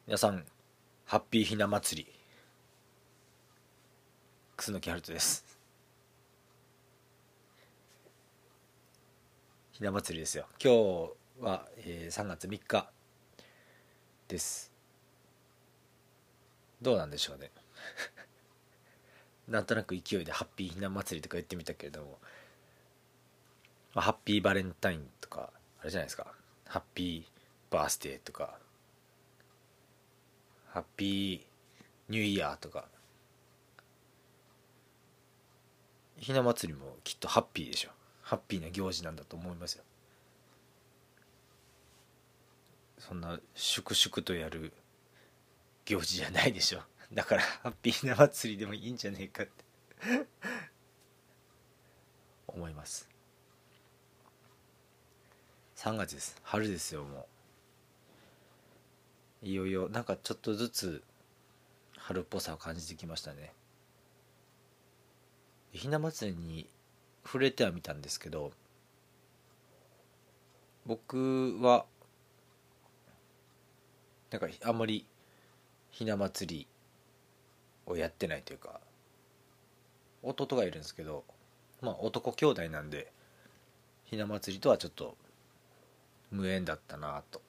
皆さんハッピーひな祭り、楠木春人です。ひな祭りですよ。今日は、3月3日です。どうなんでしょうね。なんとなく勢いでハッピーひな祭りとか言ってみたけれども、ハッピーバレンタインとかあれじゃないですか。ハッピーバースデーとかハッピーニューイヤーとか、ひな祭りもきっとハッピーでしょ。ハッピーな行事なんだと思いますよ。そんな粛々とやる行事じゃないでしょ。だからハッピーな祭りでもいいんじゃねえかって思います。3月です。春ですよ。もういよいよなんかちょっとずつ春っぽさを感じてきましたね。ひな祭りに触れてはみたんですけど、僕はなんかあんまりひな祭りをやってないというか、弟がいるんですけど、まあ男兄弟なんでひな祭りとはちょっと無縁だったなと、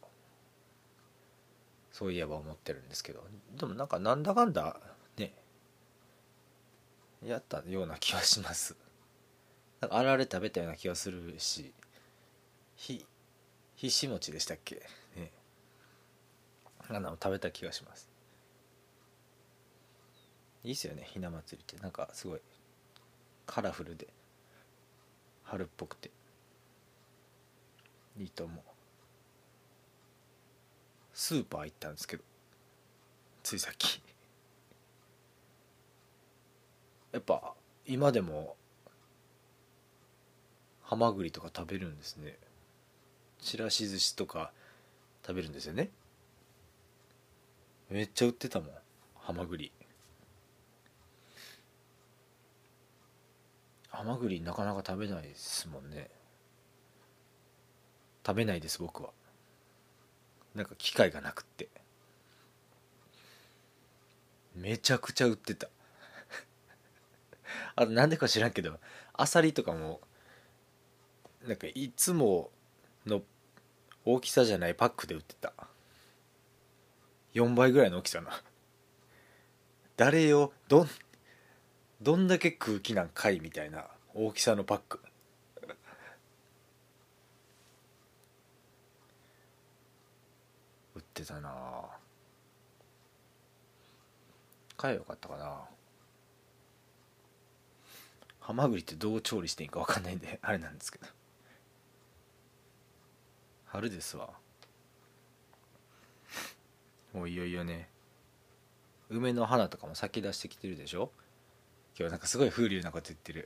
そういえば思ってるんですけど、でもなんかなんだかんだね、やったような気はします。なんかあられ食べたような気がするし、ひひし餅でしたっけね、食べた気がします。いいっすよね、ひな祭りって。なんかすごいカラフルで春っぽくていいと思う。スーパー行ったんですけど、ついさっき、やっぱ今でもハマグリとか食べるんですね。ちらし寿司とか食べるんですよね。めっちゃ売ってたもん、ハマグリ。ハマグリなかなか食べないですもんね。食べないです僕は。なんか機会がなくって。めちゃくちゃ売ってた。あとなんでか知らんけど、アサリとかもなんかいつもの大きさじゃないパックで売ってた。4倍ぐらいの大きさな。誰よ、どんだけ空気なんかいみたいな大きさのパック売ってたなぁ。買えばよかったかな。ハマグリってどう調理していいか分かんないんであれなんですけど、春ですわ。もういよいよね、梅の花とかも咲き出してきてるでしょ。今日なんかすごい風流なこと言ってる。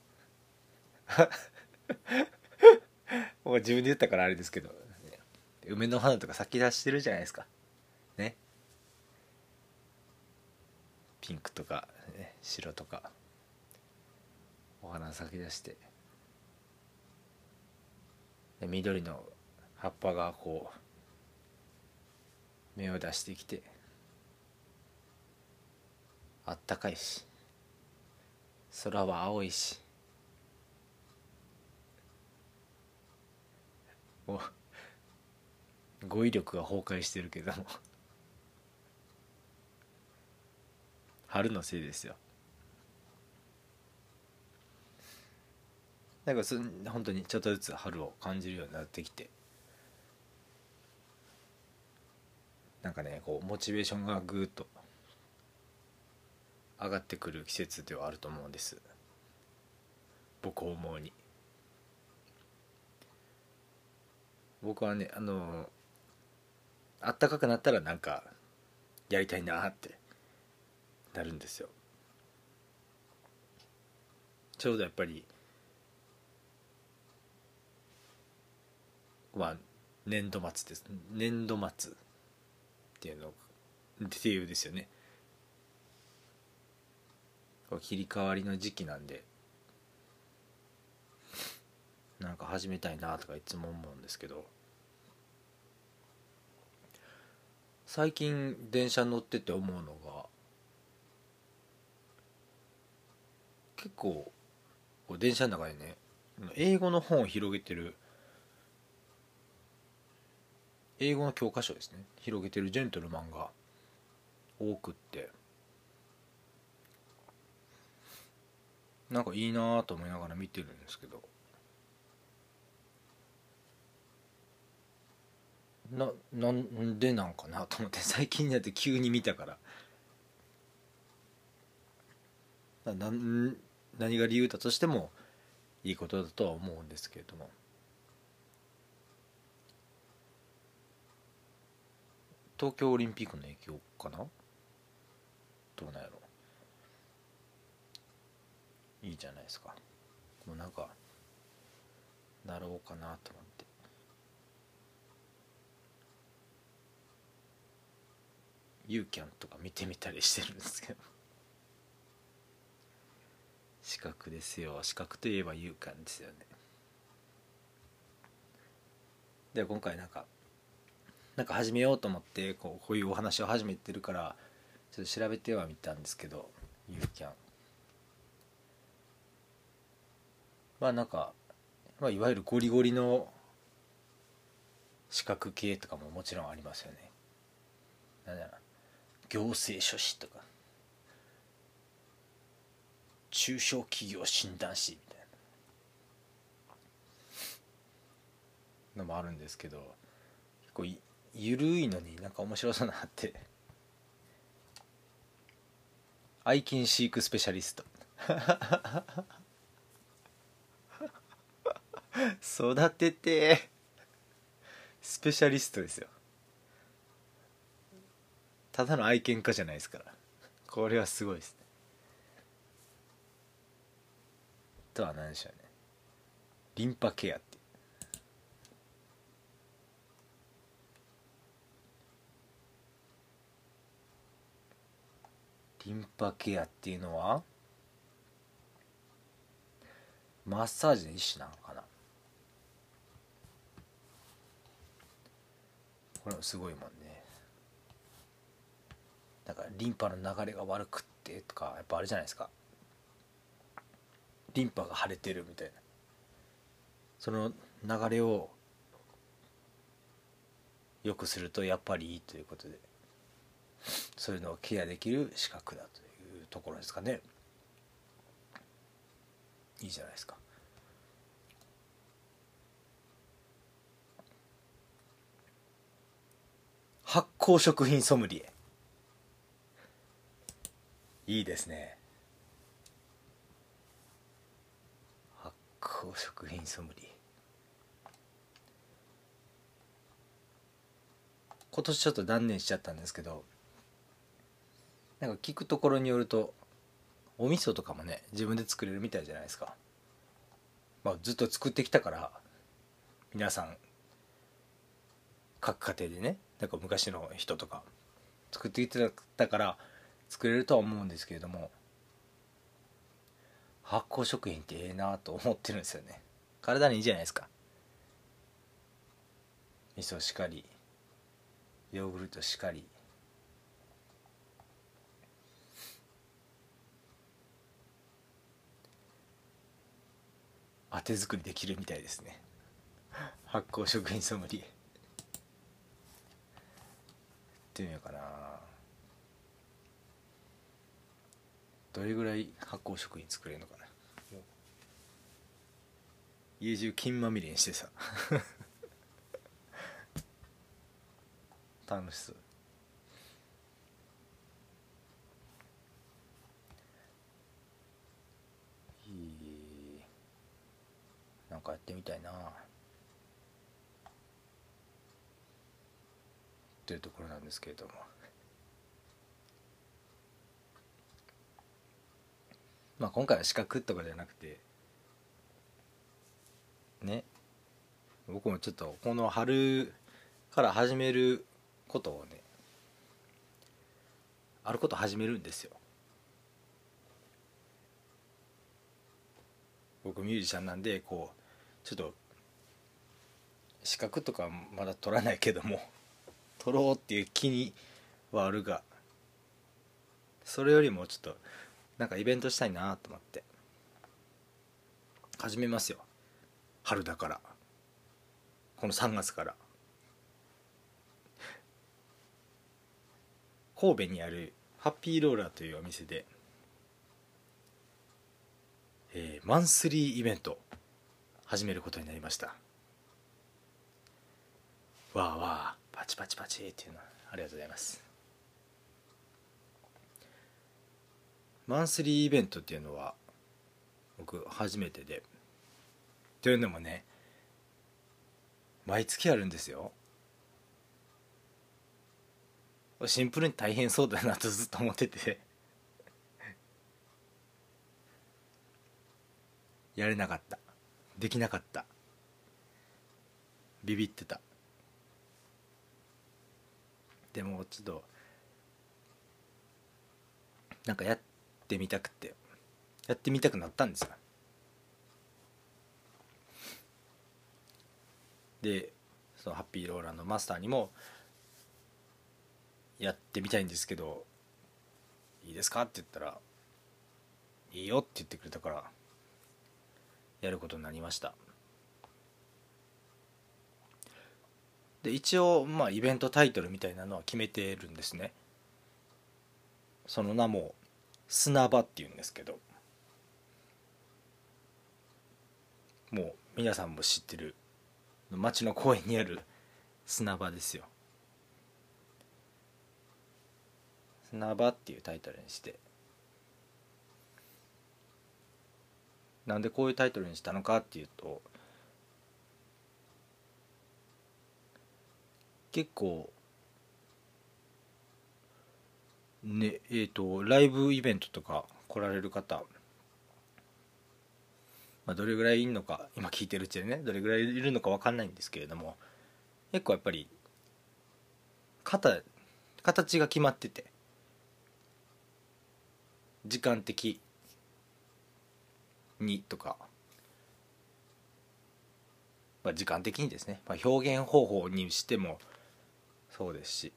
もう自分で言ったからあれですけど、梅の花とか咲き出してるじゃないですかね。ピンクとか、ね、白とかお花咲き出して、で緑の葉っぱがこう芽を出してきて、あったかいし空は青いし、もう語彙力が崩壊してるけども春のせいですよ。なんか本当にちょっとずつ春を感じるようになってきて、なんかねこうモチベーションがぐーっと上がってくる季節ではあると思うんです、僕を思うに。僕はねあったかくなったらなんかやりたいなってなるんですよ。ちょうどやっぱりまあ年度末です。年度末っていうのっていうですよね。切り替わりの時期なんで、なんか始めたいなとかいつも思うんですけど、 最近電車乗ってて思うのが、結構こう電車の中でね、英語の本を広げてる、英語の教科書ですね、広げてるジェントルマンが多くって、なんかいいなと思いながら見てるんですけど、なんでなんかなと思って、最近になって急に見たから、何が理由だとしてもいいことだとは思うんですけれども、東京オリンピックの影響かな、どうなんやろ、いいじゃないですか。もうなんかなろうかなと思って、ユーキャンとか見てみたりしてるんですけど、資格ですよ、資格といえばユーキャンですよね。で今回なんか始めようと思ってこういうお話を始めてるから、ちょっと調べてはみたんですけど、ユーキャン、まあなんか、まあ、いわゆるゴリゴリの資格系とかももちろんありますよね。なんだろう、行政書士とか中小企業診断士みたいなのもあるんですけど、結構ゆるいのになんか面白そうなって、愛犬飼育スペシャリスト育ててスペシャリストですよ。ただの愛犬家じゃないですから、これはすごいですね。とは何でしょうね、リンパケアっていう、リンパケアっていうのはマッサージの一種なのかな。これもすごいもんね。だからリンパの流れが悪くってとかやっぱあるじゃないですか、リンパが腫れてるみたいな、その流れを良くするとやっぱりいいということで、そういうのをケアできる資格だというところですかね。いいじゃないですか。発酵食品ソムリエ、いいですね。発酵食品ソムリエ、今年ちょっと断念しちゃったんですけど、なんか聞くところによるとお味噌とかもね自分で作れるみたいじゃないですか。まあずっと作ってきたから、皆さん各家庭でね、なんか昔の人とか作ってきてたから作れるとは思うんですけれども、発酵食品ってええなと思ってるんですよね。体にいいじゃないですか。味噌しかり、ヨーグルトしかり、当て作りできるみたいですね、発酵食品ソムリエ。ってみようかな。どれぐらい発酵食品作れるのかな。家中金まみれにしてさ楽しそう。いい、なんかやってみたいなというところなんですけれども、まあ今回は資格とかじゃなくてね、僕もちょっとこの春から始めることをね、あること始めるんですよ。僕ミュージシャンなんで、こうちょっと資格とかまだ取らないけども、 撮ろうっていう気にはあるが、それよりもちょっとなんかイベントしたいなと思って始めますよ。春だから、この3月から神戸にあるハッピーローラーというお店で、マンスリーイベント始めることになりました。わーわーパチパチパチっていうの、ありがとうございます。マンスリーイベントっていうのは僕初めてで、というのもね、毎月あるんですよ。シンプルに大変そうだなとずっと思っててやれなかった、できなかった、ビビってた。でもちょっとなんかやってみたくて、やってみたくなったんですよ。でそのハッピーローラーのマスターにもやってみたいんですけどいいですかって言ったらいいよって言ってくれたからやることになりました。で一応まあイベントタイトルみたいなのは決めてるんですね。その名も砂場っていうんですけど、もう皆さんも知ってる町の公園にある砂場ですよ。砂場っていうタイトルにして、なんでこういうタイトルにしたのかっていうと、結構ね、ライブイベントとか来られる方、まあ、どれぐらいいるのか今聞いてるうちでね、どれぐらいいるのか分かんないんですけれども、結構やっぱり形が決まってて、時間的にとか、まあ、時間的にですね、まあ、表現方法にしてもそうですし、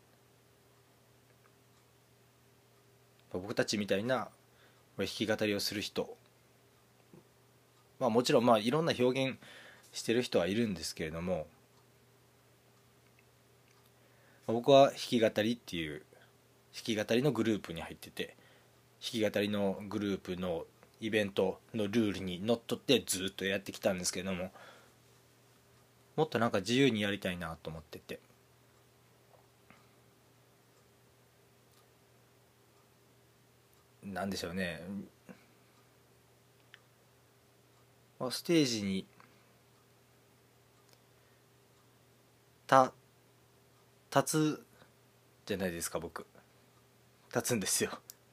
僕たちみたいな弾き語りをする人、まあ、もちろんまあいろんな表現してる人はいるんですけれども、僕は弾き語りっていう弾き語りのグループに入ってて、弾き語りのグループのイベントのルールにのっとってずっとやってきたんですけれども、もっとなんか自由にやりたいなと思ってて、なんでしょうね、ステージに立つじゃないですか。僕立つんですよ。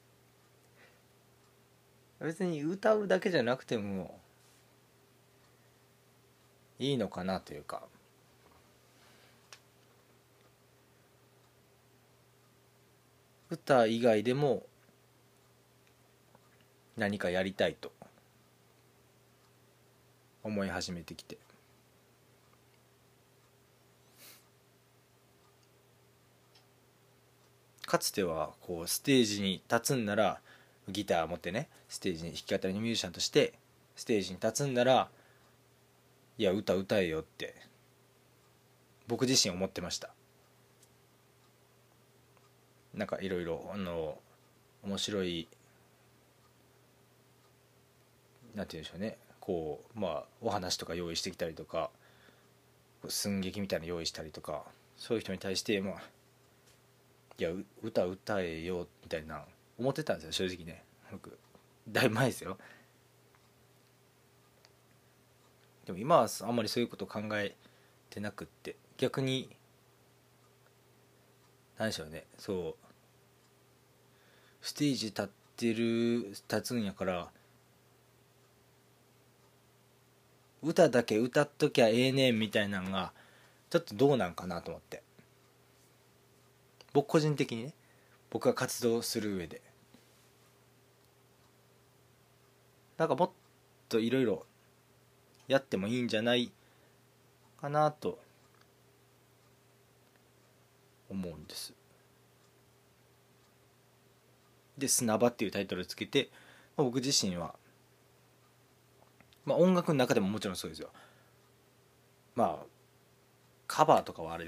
別に歌うだけじゃなくてもいいのかなというか、歌以外でも何かやりたいと思い始めてきて、かつてはこうステージに立つんなら、ギター持ってね、ステージに弾き語りのミュージシャンとしてステージに立つんなら、いや歌歌えよって僕自身思ってました。なんかいろいろ面白い、なんて言うんでしょうね、こうまあお話とか用意してきたりとか、寸劇みたいなの用意したりとか、そういう人に対してまあいや歌歌えよみたいな思ってたんですよ、正直ね。僕だいぶ前ですよ。でも今はあんまりそういうこと考えてなくって、逆に何でしょうね、そうステージ立つんやから、歌だけ歌っときゃええねんみたいなのがちょっとどうなんかなと思って、僕個人的にね、僕が活動する上でなんかもっといろいろやってもいいんじゃないかなと思うんです。で砂場っていうタイトルをつけて、僕自身は、音楽の中でももちろんそうですよ。カバーとかは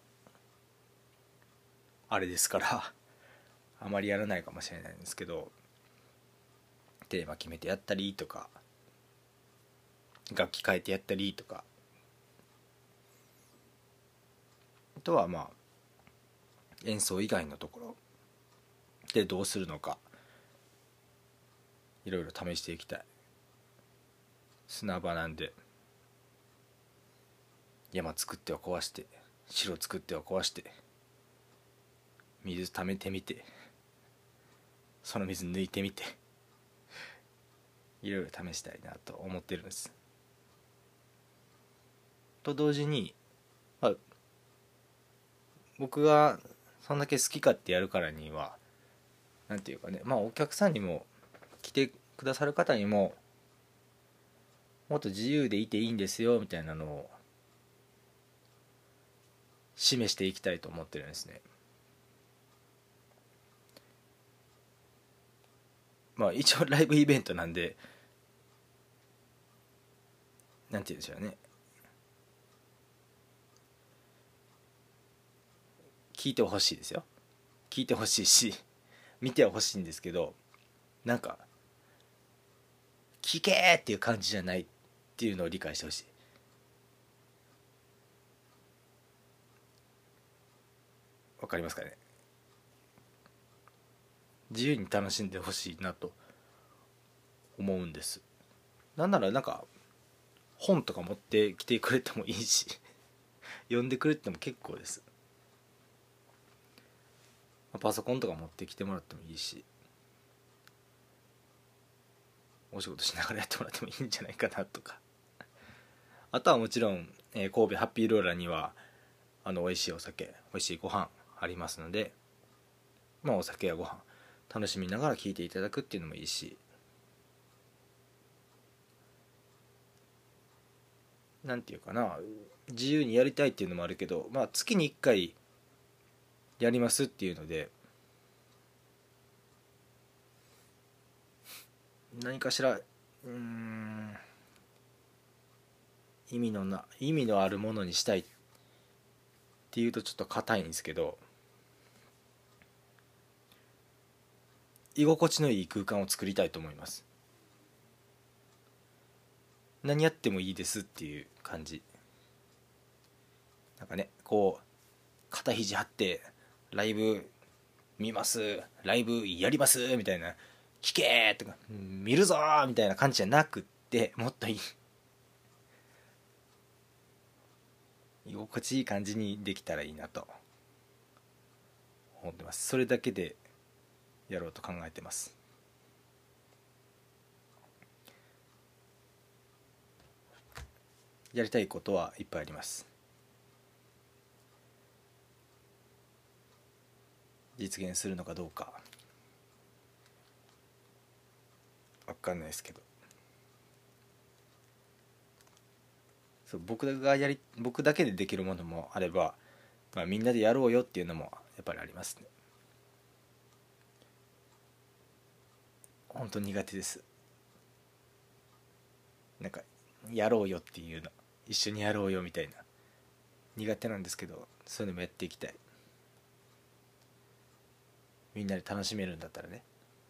あれですからあまりやらないかもしれないんですけど、テーマ決めてやったりとか、楽器変えてやったりとか、あとは演奏以外のところでどうするのか、いろいろ試していきたい。砂場なんで、山作っては壊して、城作っては壊して、水溜めてみて、その水抜いてみて、いろいろ試したいなと思ってるんです。と同時に、僕がそんだけ好き勝手やるからには、なんていうかね、お客さんにも、来てくださる方にも、もっと自由でいていいんですよみたいなのを示していきたいと思ってるんですね。一応ライブイベントなんで、なんて言うんでしょうね、聞いてほしいですよ。聞いてほしいし見てほしいんですけど、なんか聞けーっていう感じじゃないっていうのを理解してほしい。わかりますかね。自由に楽しんでほしいなと思うんです。なんなら本とか持ってきてくれてもいいし読んでくれても結構です。パソコンとか持ってきてもらってもいいし、お仕事しながらやってもらってもいいんじゃないかなとか。あとはもちろん、神戸ハッピーローラーには美味しいお酒、美味しいご飯ありますので、お酒やご飯楽しみながら聴いていただくっていうのもいいし、なんていうかな、自由にやりたいっていうのもあるけど、月に1回やりますっていうので、何かしら意味のあるものにしたいっていうとちょっと硬いんですけど、居心地のいい空間を作りたいと思います。何やってもいいですっていう感じ。こう肩肘張ってライブ見ます、ライブやりますみたいな、聞けーとか見るぞーみたいな感じじゃなくって、もっと居心地いい感じにできたらいいなと思ってます。それだけでやろうと考えてます。やりたいことはいっぱいあります。実現するのかどうか分かんないですけど、僕だけでできるものもあれば、みんなでやろうよっていうのもやっぱりありますね。本当に苦手です。やろうよっていうの、一緒にやろうよみたいな、苦手なんですけど、そういうのもやっていきたい。みんなで楽しめるんだったらね、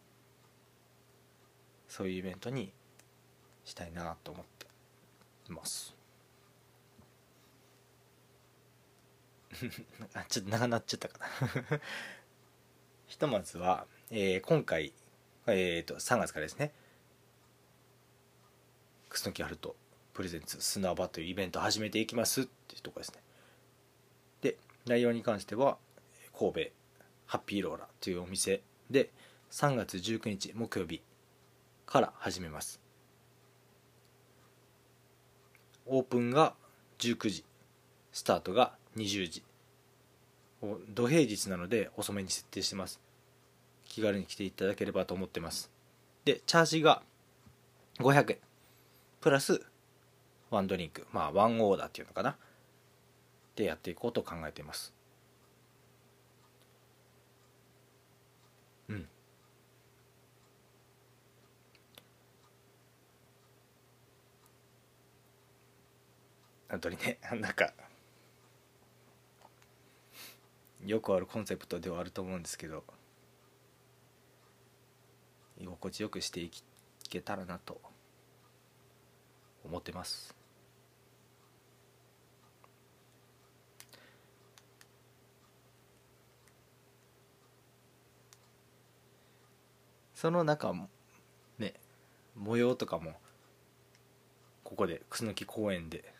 そういうイベントにしたいなと思っています。ちょっと長なっちゃったかなひとまずは、今回、3月からですね、楠木春人プレゼンツ砂場というイベントを始めていきますっていうところですね。で、内容に関しては神戸ハッピーローラーというお店で3月19日木曜日から始めます。オープンが19時、スタートが20時。土平日なので遅めに設定してます。気軽に来ていただければと思ってます。で、チャージが500円プラスワンドリンク、ワンオーダーっていうのかなでやっていこうと考えています。 本当にね、なんかよくあるコンセプトではあると思うんですけど、居心地よくしていけたらなと思ってます。その中ね、模様とかもここで楠木公園で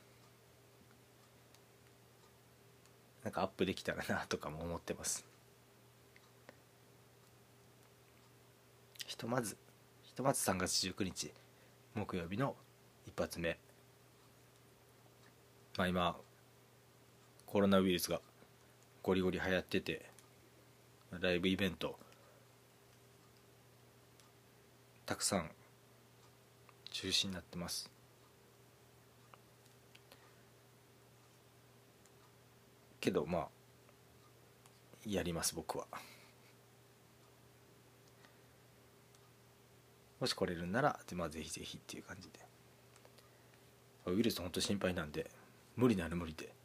なんかアップできたらなとかも思ってます。ひとまず3月19日木曜日の一発目、まあ今コロナウイルスがゴリゴリ流行ってて、ライブイベントたくさん中止になってます。けどまあやります、僕は。もし来れるんならまあぜひぜひっていう感じで、ウイルス本当心配なんで、無理なら無理で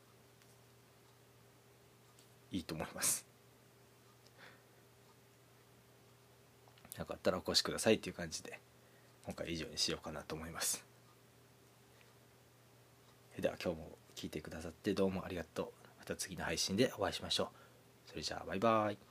いいと思います。なかったらお越しくださいっていう感じで今回以上にしようかなと思います。では今日も聞いてくださってどうもありがとう。また次の配信でお会いしましょう。それじゃあバイバイ。